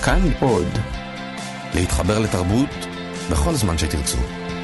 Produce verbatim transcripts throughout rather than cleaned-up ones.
כאן עוד. להתחבר לתרבות בכל זמן שתרצו.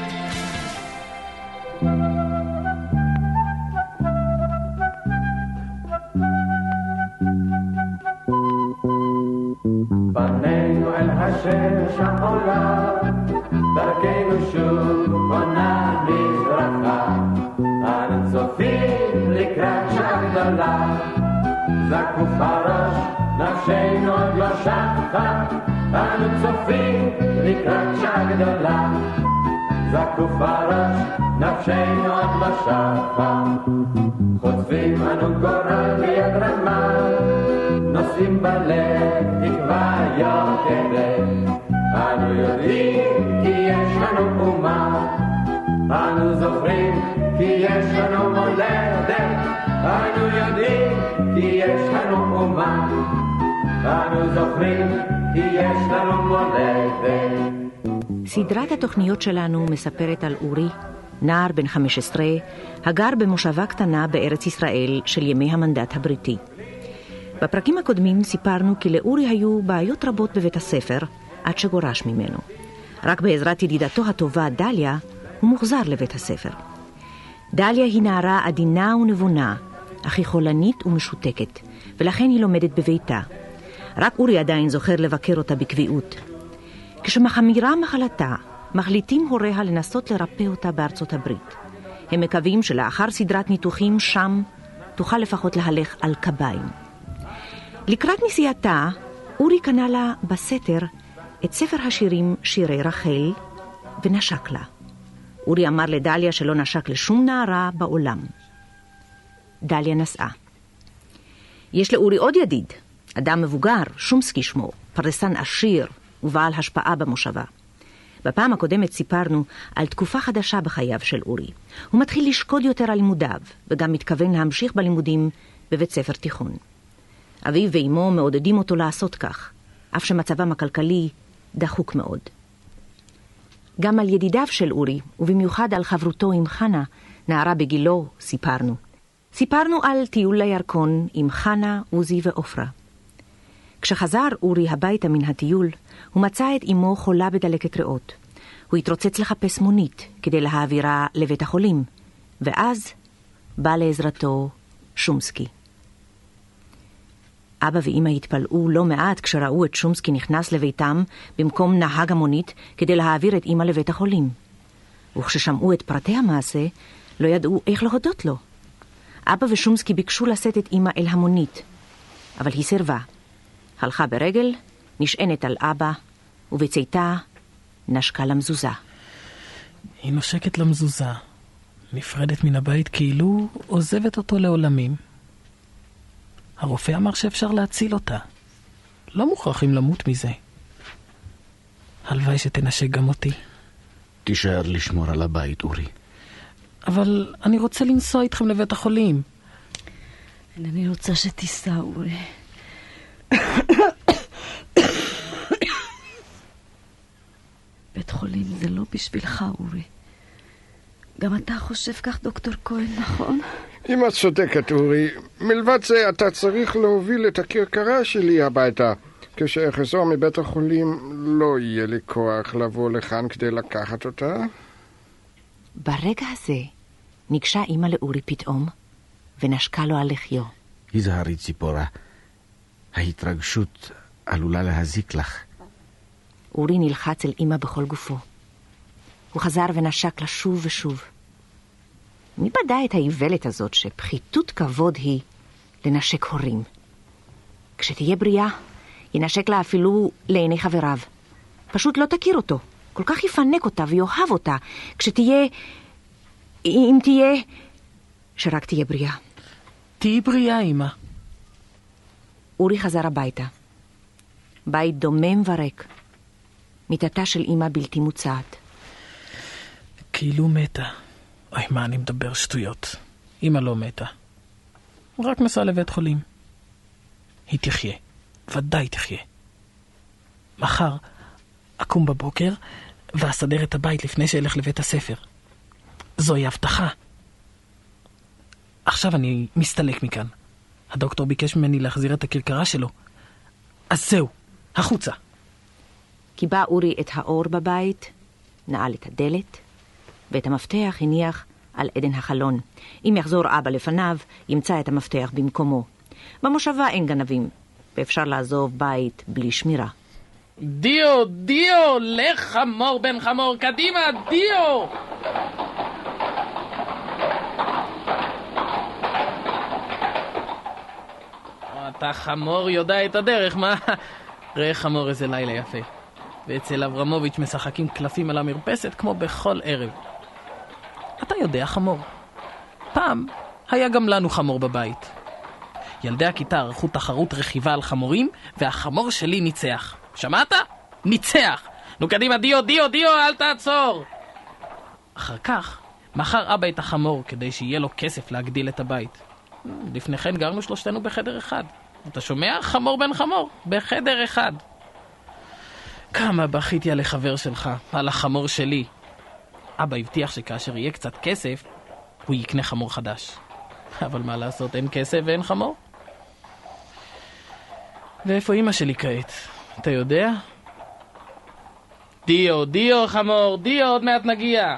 פנינו אל השמש העולה, דרכנו שוב פונה מזרחה, אנו צופים לקראת שעה גדולה, זקוף הראש, נפשנו עוד לא שטה, אנו צופים לקראת שעה גדולה, זקוף הראש, נפשנו עוד לא שטה, חוטפים אנו גורל ביד רמה, נושאים בלב תקווה יוקדת, אנו יודעים כי יש לנו אומה, אנו זוכרים כי יש לנו מולדת, אנו יודעים כי יש לנו אומה, אנו זוכרים כי יש לנו מולדת. סדרת התוכניות שלנו מספרת על אורי, נער בן חמש עשרה, הגר במושבה קטנה בארץ ישראל של ימי המנדט הבריטי. בפרקים הקודמים סיפרנו כי לאורי היו בעיות רבות בבית הספר עד שגורש ממנו. רק בעזרת ידידתו הטובה דליה הוא מוחזר לבית הספר. דליה היא נערה עדינה ונבונה, אך היא חולנית ומשותקת, ולכן היא לומדת בביתה. רק אורי עדיין זוכר לבקר אותה בקביעות. כשמחמירה מחלתה, מחליטים הוריה לנסות לרפא אותה בארצות הברית. הם מקווים שלאחר סדרת ניתוחים שם תוכל לפחות להלך על קביים. לקראת נסיעתה, אורי קנה לה בסתר את ספר השירים שירי רחל ונשק לה. אורי אמר לדליה שלא נשק לשום נערה בעולם. דליה נסעה. יש לאורי עוד ידיד, אדם מבוגר, שומסקי שמו, פרדסן עשיר ובעל השפעה במושבה. בפעם הקודמת סיפרנו על תקופה חדשה בחייו של אורי. הוא מתחיל לשקוד יותר על לימודיו, וגם מתכוון להמשיך בלימודים בבית ספר תיכון. אביו ואימו מעודדים אותו לעשות כך, אף שמצבם הכלכלי דחוק מאוד. גם על ידידיו של אורי, ובמיוחד על חברותו עם חנה, נערה בגילו, סיפרנו. סיפרנו על טיול לירקון עם חנה, עוזי ואופרה. כשחזר אורי הביתה מן הטיול, הוא מצא את אמו חולה בדלקת ריאות. הוא התרוצץ לחפש מונית כדי להעבירה לבית החולים, ואז בא לעזרתו שומסקי. אבא ואמא התפלאו לא מעט כשראו את שומסקי נכנס לביתם במקום נהג המונית כדי להעביר את אמא לבית החולים. וכששמעו את פרטי המעשה, לא ידעו איך להודות לו. אבא ושומסקי ביקשו לשאת את אמא אל המונית, אבל היא סירבה. הלכה ברגל, נשענת על אבא, ובצאתה נשקה למזוזה. היא נושקת למזוזה, נפרדת מן הבית כאילו עוזבת אותו לעולמים. הרופא אמר שאפשר להציל אותה. לא מוכרחים למות מזה. הלוואי שתנשק גם אותי. תישאר לשמור על הבית, אורי. אבל אני רוצה לנסוע איתכם לבית החולים. אני רוצה שתיסע, אורי. בית חולים זה לא בשבילך, אורי. גם אתה חושב כך, דוקטור כהן, נכון? אם את צודקת, אורי, מלבד זה אתה צריך להוביל את הכרכרה שלי הביתה. כשאחזור מבית החולים לא יהיה לי כוח לבוא לכאן כדי לקחת אותה. ברגע הזה ניגשה אמא לאורי פתאום ונשקה לו על לחיו. היזהרי ציפורה, ההתרגשות עלולה להזיק לך. אורי נלחץ אל אמא בכל גופו. הוא חזר ונשק לה שוב ושוב. מי בדע את האיוולת הזאת שפחיתות כבוד היא לנשק הורים? כשתהיה בריאה, ינשק לה אפילו לעיני חבריו. פשוט לא תכיר אותו. כל כך יפנק אותה ויאהב אותה. כשתהיה... אם תהיה... שרק תהיה בריאה. תהי בריאה, אמא. אורי חזר הביתה. בית דומם ורק. מיטתה של אמא בלתי מוצעת. כאילו מתה. אוי, מה אני מדבר שטויות. אמא לא מתה. רק נסעה לבית חולים. היא תחיה. ודאי תחיה. מחר אקום בבוקר ואסדר את הבית לפני שאלך לבית הספר. זוהי הבטחה. עכשיו אני מסתלק מכאן. הדוקטור ביקש ממני להחזיר את הכרכרה שלו. אז זהו, החוצה. קיבע אורי את האור בבית, נעל את הדלת, ואת המפתח הניח על עדן החלון. אם יחזור אבא לפניו, ימצא את המפתח במקומו. במושבה אין גנבים, ואפשר לעזוב בית בלי שמירה. דיו, דיו, לך חמור בן חמור, קדימה, דיו! אתה חמור יודע את הדרך, מה? ראה חמור איזה לילה יפה. ואצל אברמוביץ' משחקים קלפים על המרפסת כמו בכל ערב. אתה יודע חמור. פעם היה גם לנו חמור בבית. ילדי הכיתה ערכו תחרות רכיבה על חמורים, והחמור שלי ניצח. שמעת? ניצח! נו קדימה, דיו, דיו, דיו, אל תעצור! אחר כך מכר אבא את החמור כדי שיהיה לו כסף להגדיל את הבית. לפני כן גרנו שלושתנו בחדר אחד. אתה שומע? חמור בן חמור, בחדר אחד. כמה בכיתי על החבר שלך, על החמור שלי. אבא הבטיח שכאשר יהיה קצת כסף, הוא יקנה חמור חדש. אבל מה לעשות, אין כסף ואין חמור. ואיפה אמא שלי כעת? אתה יודע? דיו, דיו חמור, דיו, עוד מעט נגיע.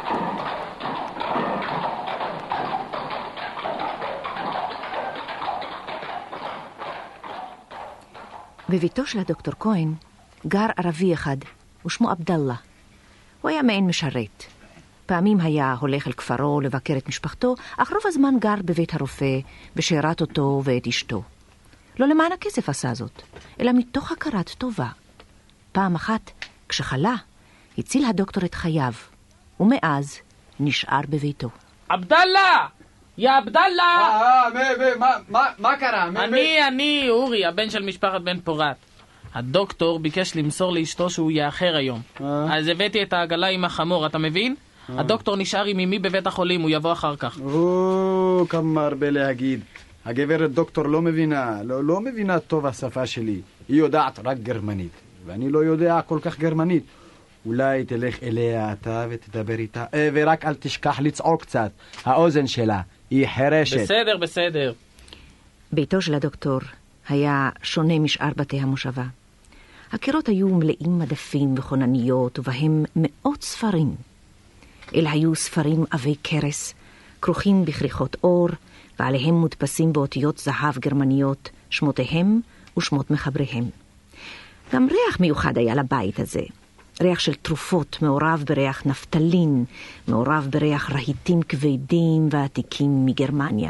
בביתו של הדוקטור כהן גר ערבי אחד, ושמו עבדאללה. הוא היה מעין משרת. פעמים היה הולך אל כפרו לבקר את משפחתו, אך רוב הזמן גר בבית הרופא, ושירת אותו ואת אשתו. לא למען הכסף עשה זאת, אלא מתוך הכרת טובה. פעם אחת, כשחלה, הציל הדוקטור את חייו, ומאז נשאר בביתו. עבדאללה! יא עבדאללה! אה, מה קרה? אני, אני, אורי, הבן של משפחת בן פורת. הדוקטור ביקש למסור לאשתו שהוא יאחר היום. אז הבאתי את העגלה עם החמור, אתה מבין? הדוקטור נשאר עם אמי בבית החולים, הוא יבוא אחר כך. או, כמה הרבה להגיד. הגברת דוקטור לא מבינה, לא, לא מבינה טוב השפה שלי. היא יודעת רק גרמנית, ואני לא יודע כל כך גרמנית. אולי תלך אליה אתה ותדבר איתה, אה, ורק אל תשכח לצעוק קצת. האוזן שלה היא חרשת. בסדר, בסדר. ביתו של הדוקטור היה שונה משאר בתי המושבה. הקירות היו מלאים מדפים וכונניות, ובהם מאות ספרים. אלה היו ספרים עבי קרס, כרוכים בכריכות אור, ועליהם מודפסים באותיות זהב גרמניות, שמותיהם ושמות מחבריהם. גם ריח מיוחד היה לבית הזה. ריח של תרופות, מעורב בריח נפטלין, מעורב בריח רהיטים כבדים ועתיקים מגרמניה.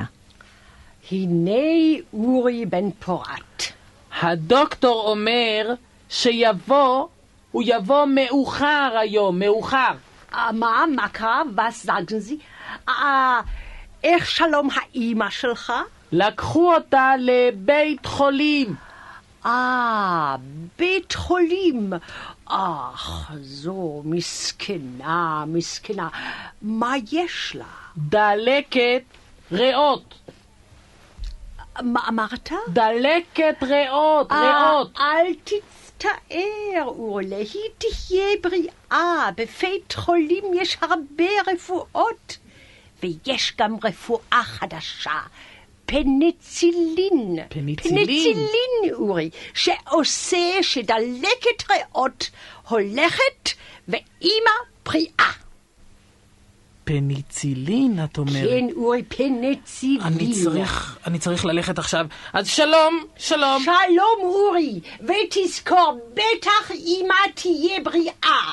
הנה אורי בן פורת. הדוקטור אומר שיבוא, הוא יבוא מאוחר היום, מאוחר. מה, מה קרה? Was sagen Sie? אה, איך שלום האמא שלך? לקחו אותה לבית חולים. אה, בית חולים. אך, זו מסכנה, מסכנה. מה יש לה? דלקת ריאות. מה אמרת? דלקת ריאות, ריאות. אל תצטער, אורלה, היא תהיה בריאה. בבית חולים יש הרבה רפואות. ויש גם רפואה חדשה. פניצילין. פניצילין? פניצילין, אורי, שעושה שדלקת ריאות הולכת ואימא בריאה. פניצילין, את אומרת? כן, אורי, פניצילין. אני צריך, אני צריך ללכת עכשיו. אז שלום, שלום. שלום, אורי, ותזכור, בטח אימא תהיה בריאה.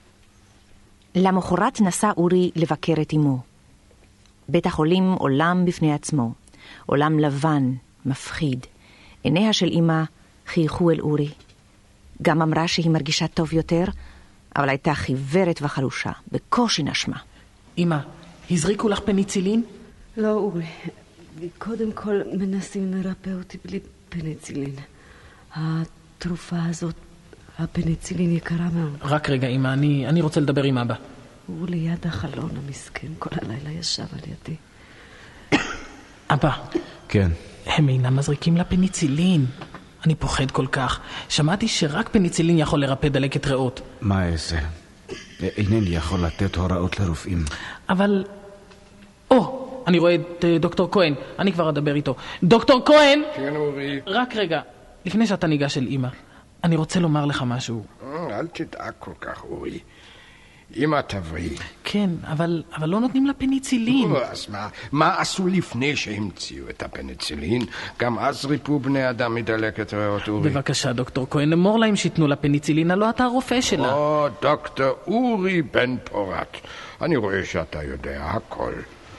למחרת נסע אורי לבקר את אמו. בית החולים עולם בפני עצמו. עולם לבן, מפחיד. עיניה של אמא חייכו אל אורי. גם אמרה שהיא מרגישה טוב יותר, אבל הייתה חיוורת וחלושה, בקושי נשמה. אמא, הזריקו לך פניצילין? לא, אורי. קודם כל מנסים לרפא אותי בלי פניצילין. התרופה הזאת, הפניצילין יקרה מאוד. רק רגע, אמא, אני, אני רוצה לדבר עם אבא. הוא ליד החלון המסכן, כל הלילה ישב על ידי. אבא. כן. הם אינם מזריקים לה פניצילין. אני פוחד כל כך. שמעתי שרק פניצילין יכול לרפא דלקת ריאות. מה אעשה? אינני יכול לתת הוראות לרופאים. אבל... או, אני רואה את דוקטור כהן. אני כבר אדבר איתו. דוקטור כהן! כן, אורי. רק רגע, לפני שאתה ניגש אל אמא, אני רוצה לומר לך משהו. אל תדאג כל כך, אורי. אמא תבריא. כן, אבל, אבל לא נותנים לה פניצילין. אז מה, מה עשו לפני שהמציאו את הפניצילין? גם אז ריפו בני אדם מדלקת ריאות, אורי. בבקשה, דוקטור כהן, אמור להם שיתנו לה פניצילין, הלא אתה הרופא שלה. או, דוקטור אורי בן פורת. אני רואה שאתה יודע הכל.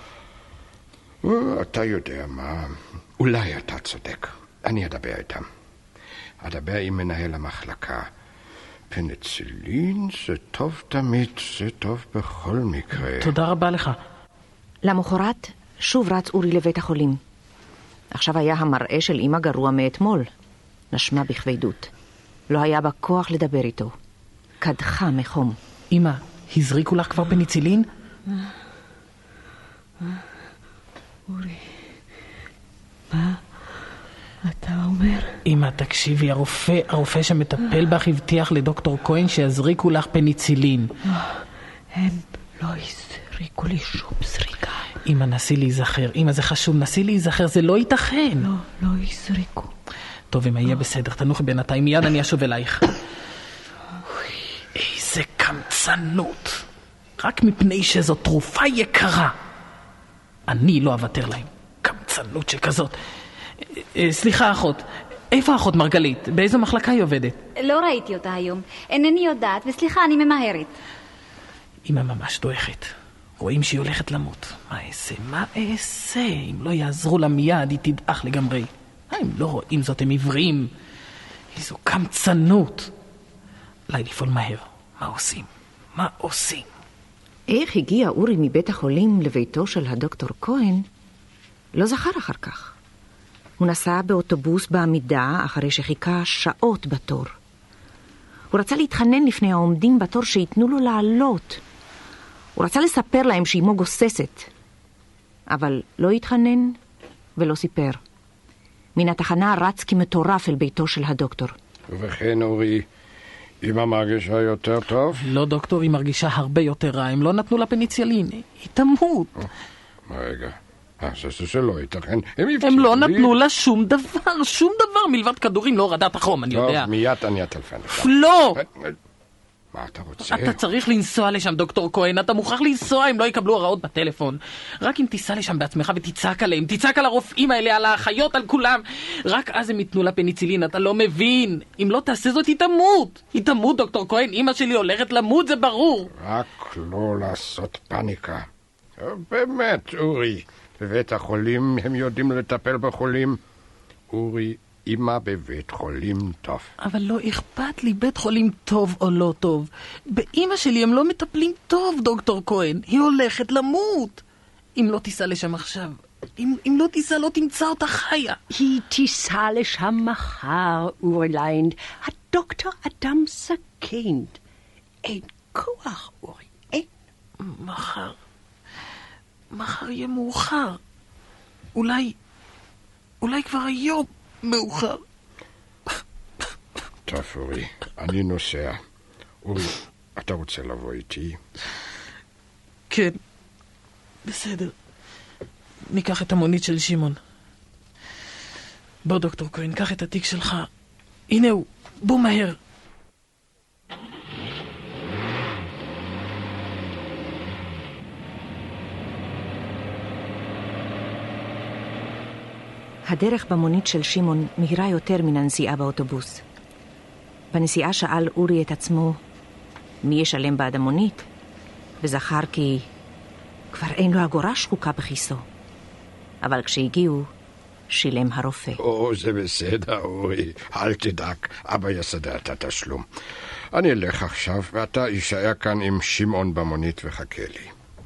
או, אתה יודע מה, אולי אתה צודק. אני אדבר איתם. אדבר עם מנהל המחלקה. פניצילין זה טוב תמיד, זה טוב בכל מקרה. תודה רבה לך. למחרת שוב רץ אורי לבית החולים. עכשיו היה המראה של אמא גרוע מאתמול. נשמה בכבדות. לא היה בה כוח לדבר איתו. קדחה מחום. אמא, הזריקו לך כבר פניצילין? אורי, מה אתה אומר? אמא, תקשיבי, הרופא, הרופא שמטפל בך הבטיח לדוקטור כהן שיזריקו לך פניצילין. הם לא הזריקו לי שום זריקה. אמא, נסי להיזכר. אמא, זה חשוב, נסי להיזכר, זה לא ייתכן. לא, לא הזריקו. טוב, אמא, יהיה בסדר, תנוחי בינתיים, מיד אני אשוב אלייך. איזה קמצנות. רק מפני שזו תרופה יקרה. אני לא אוותר להם. קמצנות שכזאת. סליחה, אחות. איפה אחות מרגלית? באיזו מחלקה היא עובדת? לא ראיתי אותה היום. אינני יודעת, וסליחה, אני ממהרת. אמא ממש דואכת. רואים שהיא הולכת למות. מה אעשה? מה אעשה? אם לא יעזרו לה מיד, היא תדעך לגמרי. אם לא רואים זאת, הם עיוורים. איזו קמצנות. אולי לפעול מהר. מה עושים? מה עושים? איך הגיע אורי מבית החולים לביתו של הדוקטור כהן? לא זכר אחר כך. הוא נסע באוטובוס בעמידה אחרי שחיכה שעות בתור. הוא רצה להתחנן לפני העומדים בתור שיתנו לו לעלות. הוא רצה לספר להם שאימו גוססת. אבל לא התחנן ולא סיפר. מן התחנה רץ כמטורף אל ביתו של הדוקטור. ובכן, אורי, אמא מרגישה יותר טוב? לא, דוקטור, היא מרגישה הרבה יותר רע. הם לא נתנו לה פניצילין. היא תמות. רגע. זה שלא ייתכן. הם, הם לא נתנו לה שום דבר, שום דבר מלבד כדורים להורדת החום, אני יודע. טוב, מיד אני אטלפן לך. לא! מה אתה רוצה? אתה צריך לנסוע לשם, דוקטור כהן, אתה מוכרח לנסוע אם לא יקבלו הוראות בטלפון. רק אם תיסע לשם בעצמך ותצעק עליהם, תצעק על הרופאים האלה, על האחיות, על כולם. רק אז הם ייתנו לה פניצילין, אתה לא מבין. אם לא תעשה זאת, היא תמות. היא תמות, דוקטור כהן, אמא שלי הולכת למות, זה ברור. רק לא לעשות פאניקה. באמת, אורי. בבית החולים הם יודעים לטפל בחולים. אורי, אמא בבית חולים טוב. אבל לא אכפת לי בית חולים טוב או לא טוב. באמא שלי הם לא מטפלים טוב, דוקטור כהן. היא הולכת למות. אם לא תיסע לשם עכשיו, אם, אם לא תיסע לא תמצא אותה חיה. היא תיסע לשם מחר, אוריליינד. הדוקטור אדם סכן. אין כוח, אורי, אין. מחר. מחר יהיה מאוחר. אולי, אולי כבר היום מאוחר. טוב, אורי, אני נוסע. אורי, אתה רוצה לבוא איתי? כן, בסדר. ניקח את המונית של שמעון. בוא, דוקטור כהן, קח את התיק שלך. הנה הוא, בוא מהר. הדרך במונית של שמעון מהירה יותר מן הנסיעה באוטובוס. בנסיעה שאל אורי את עצמו מי ישלם בעד המונית, וזכר כי כבר אין לו אגורה שחוקה בכיסו. אבל כשהגיעו, שילם הרופא. או, זה בסדר, אורי. אל תדאג, אבא יסדר את התשלום. אני אלך עכשיו, ואתה יישאר כאן עם שמעון במונית וחכה לי.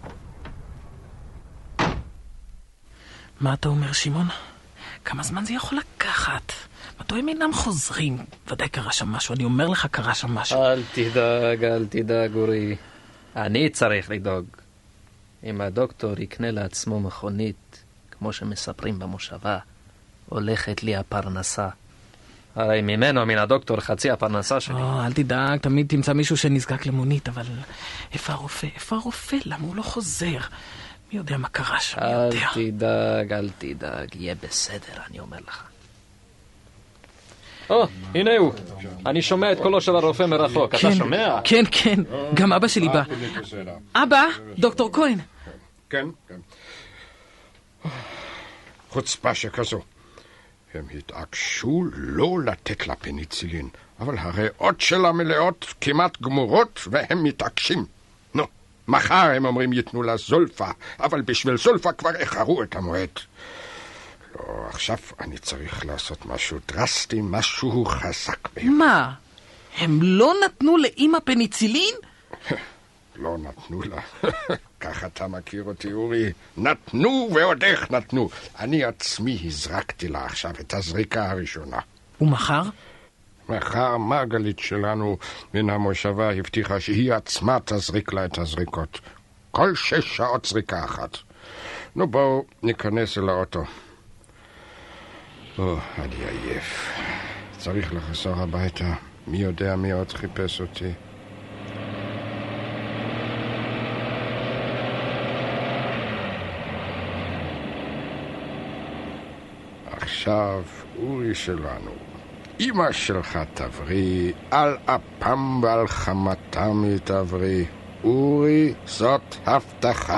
מה אתה אומר, שמעון? כמה זמן זה יכול לקחת? מדוע הם אינם חוזרים? ודאי קרה שם משהו, אני אומר לך קרה שם משהו. אל תדאג, אל תדאג, אורי. אני צריך לדאוג. אם הדוקטור יקנה לעצמו מכונית, כמו שמספרים במושבה, הולכת לי הפרנסה. הרי ממנו, מן הדוקטור, חצי הפרנסה שלי. או, אל תדאג, תמיד תמצא מישהו שנזקק למונית, אבל איפה הרופא? איפה הרופא? למה הוא לא חוזר? מי יודע מה קרה שם? אל תדאג, אל תדאג, יהיה בסדר, אני אומר לך. או, הנה הוא. אני שומע את קולו של הרופא מרחוק. אתה שומע? כן, כן. גם אבא שלי בא. אבא, דוקטור כהן. כן, כן. חוצפה שכזו. הם התעקשו לא לתת לה פניצילין, אבל הריאות שלה מלאות כמעט גמורות והם מתעקשים. נו, מחר הם אומרים ייתנו לה זולפה, אבל בשביל זולפה כבר איחרו את המועד. לא, עכשיו אני צריך לעשות משהו דרסטי, משהו חזק ביותר. מה? הם לא נתנו לאמא פניצילין? לא נתנו לה. ככה אתה מכיר אותי, אורי. נתנו ועוד איך נתנו. אני עצמי הזרקתי לה עכשיו את הזריקה הראשונה. ומחר? מחר מרגלית שלנו מן המושבה הבטיחה שהיא עצמה תזריק לה את הזריקות. כל שש שעות זריקה אחת. נו בואו ניכנס אל האוטו. או, אני עייף. צריך לחזור הביתה. מי יודע מי עוד חיפש אותי. עכשיו, אורי שלנו, אמא שלך תבריא, על אפם ועל חמתם היא תבריא. אורי, זאת הבטחה.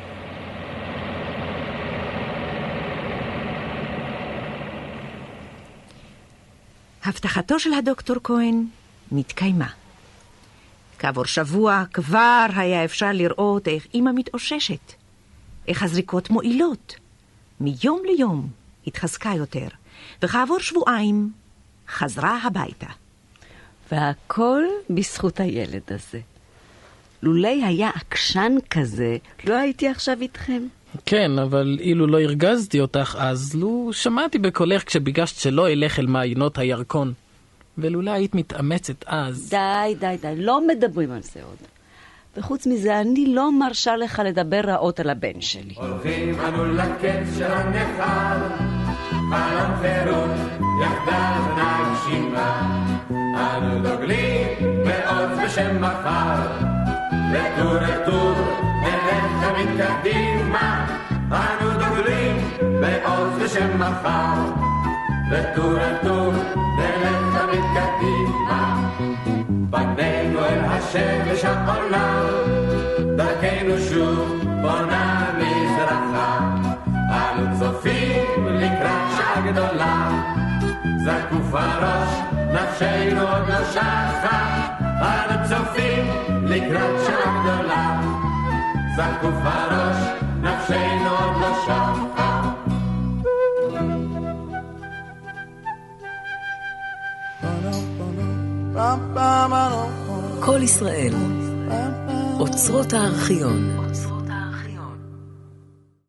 הבטחתו של הדוקטור כהן נתקיימה. כעבור שבוע כבר היה אפשר לראות איך אמא מתאוששת, איך הזריקות מועילות. מיום ליום התחזקה יותר, וכעבור שבועיים חזרה הביתה. והכל בזכות הילד הזה. לולי היה עקשן כזה, לא הייתי עכשיו איתכם. כן, אבל אילו לא הרגזתי אותך אז, לו שמעתי בקולך כשביגשת שלא אלך אל מעיינות הירקון. ולולי היית מתאמצת אז. די, די, די, לא מדברים על זה עוד. וחוץ מזה, אני לא מרשה לך לדבר רעות על הבן שלי. הולכים אנו לקץ של הנחל, חלום חירות, יחדיו נגשימה. אנו דוגלים בעוז בשם מחר, לטור לטור, נלך תמיד קדימה. אנו דוגלים בעוז בשם מחר, לטור לטור, נלך תמיד קדימה. פנינו אל השמש העולה, דרכנו שוב בונה מזרחה. אנו צופים לקראת שעה גדולה, זקוף הראש, נפשנו עוד לא שחה. אנו צופים לקראת שעה גדולה, זקוף הראש, נפשנו עוד לא שחה. כל ישראל, אוצרות הארכיון.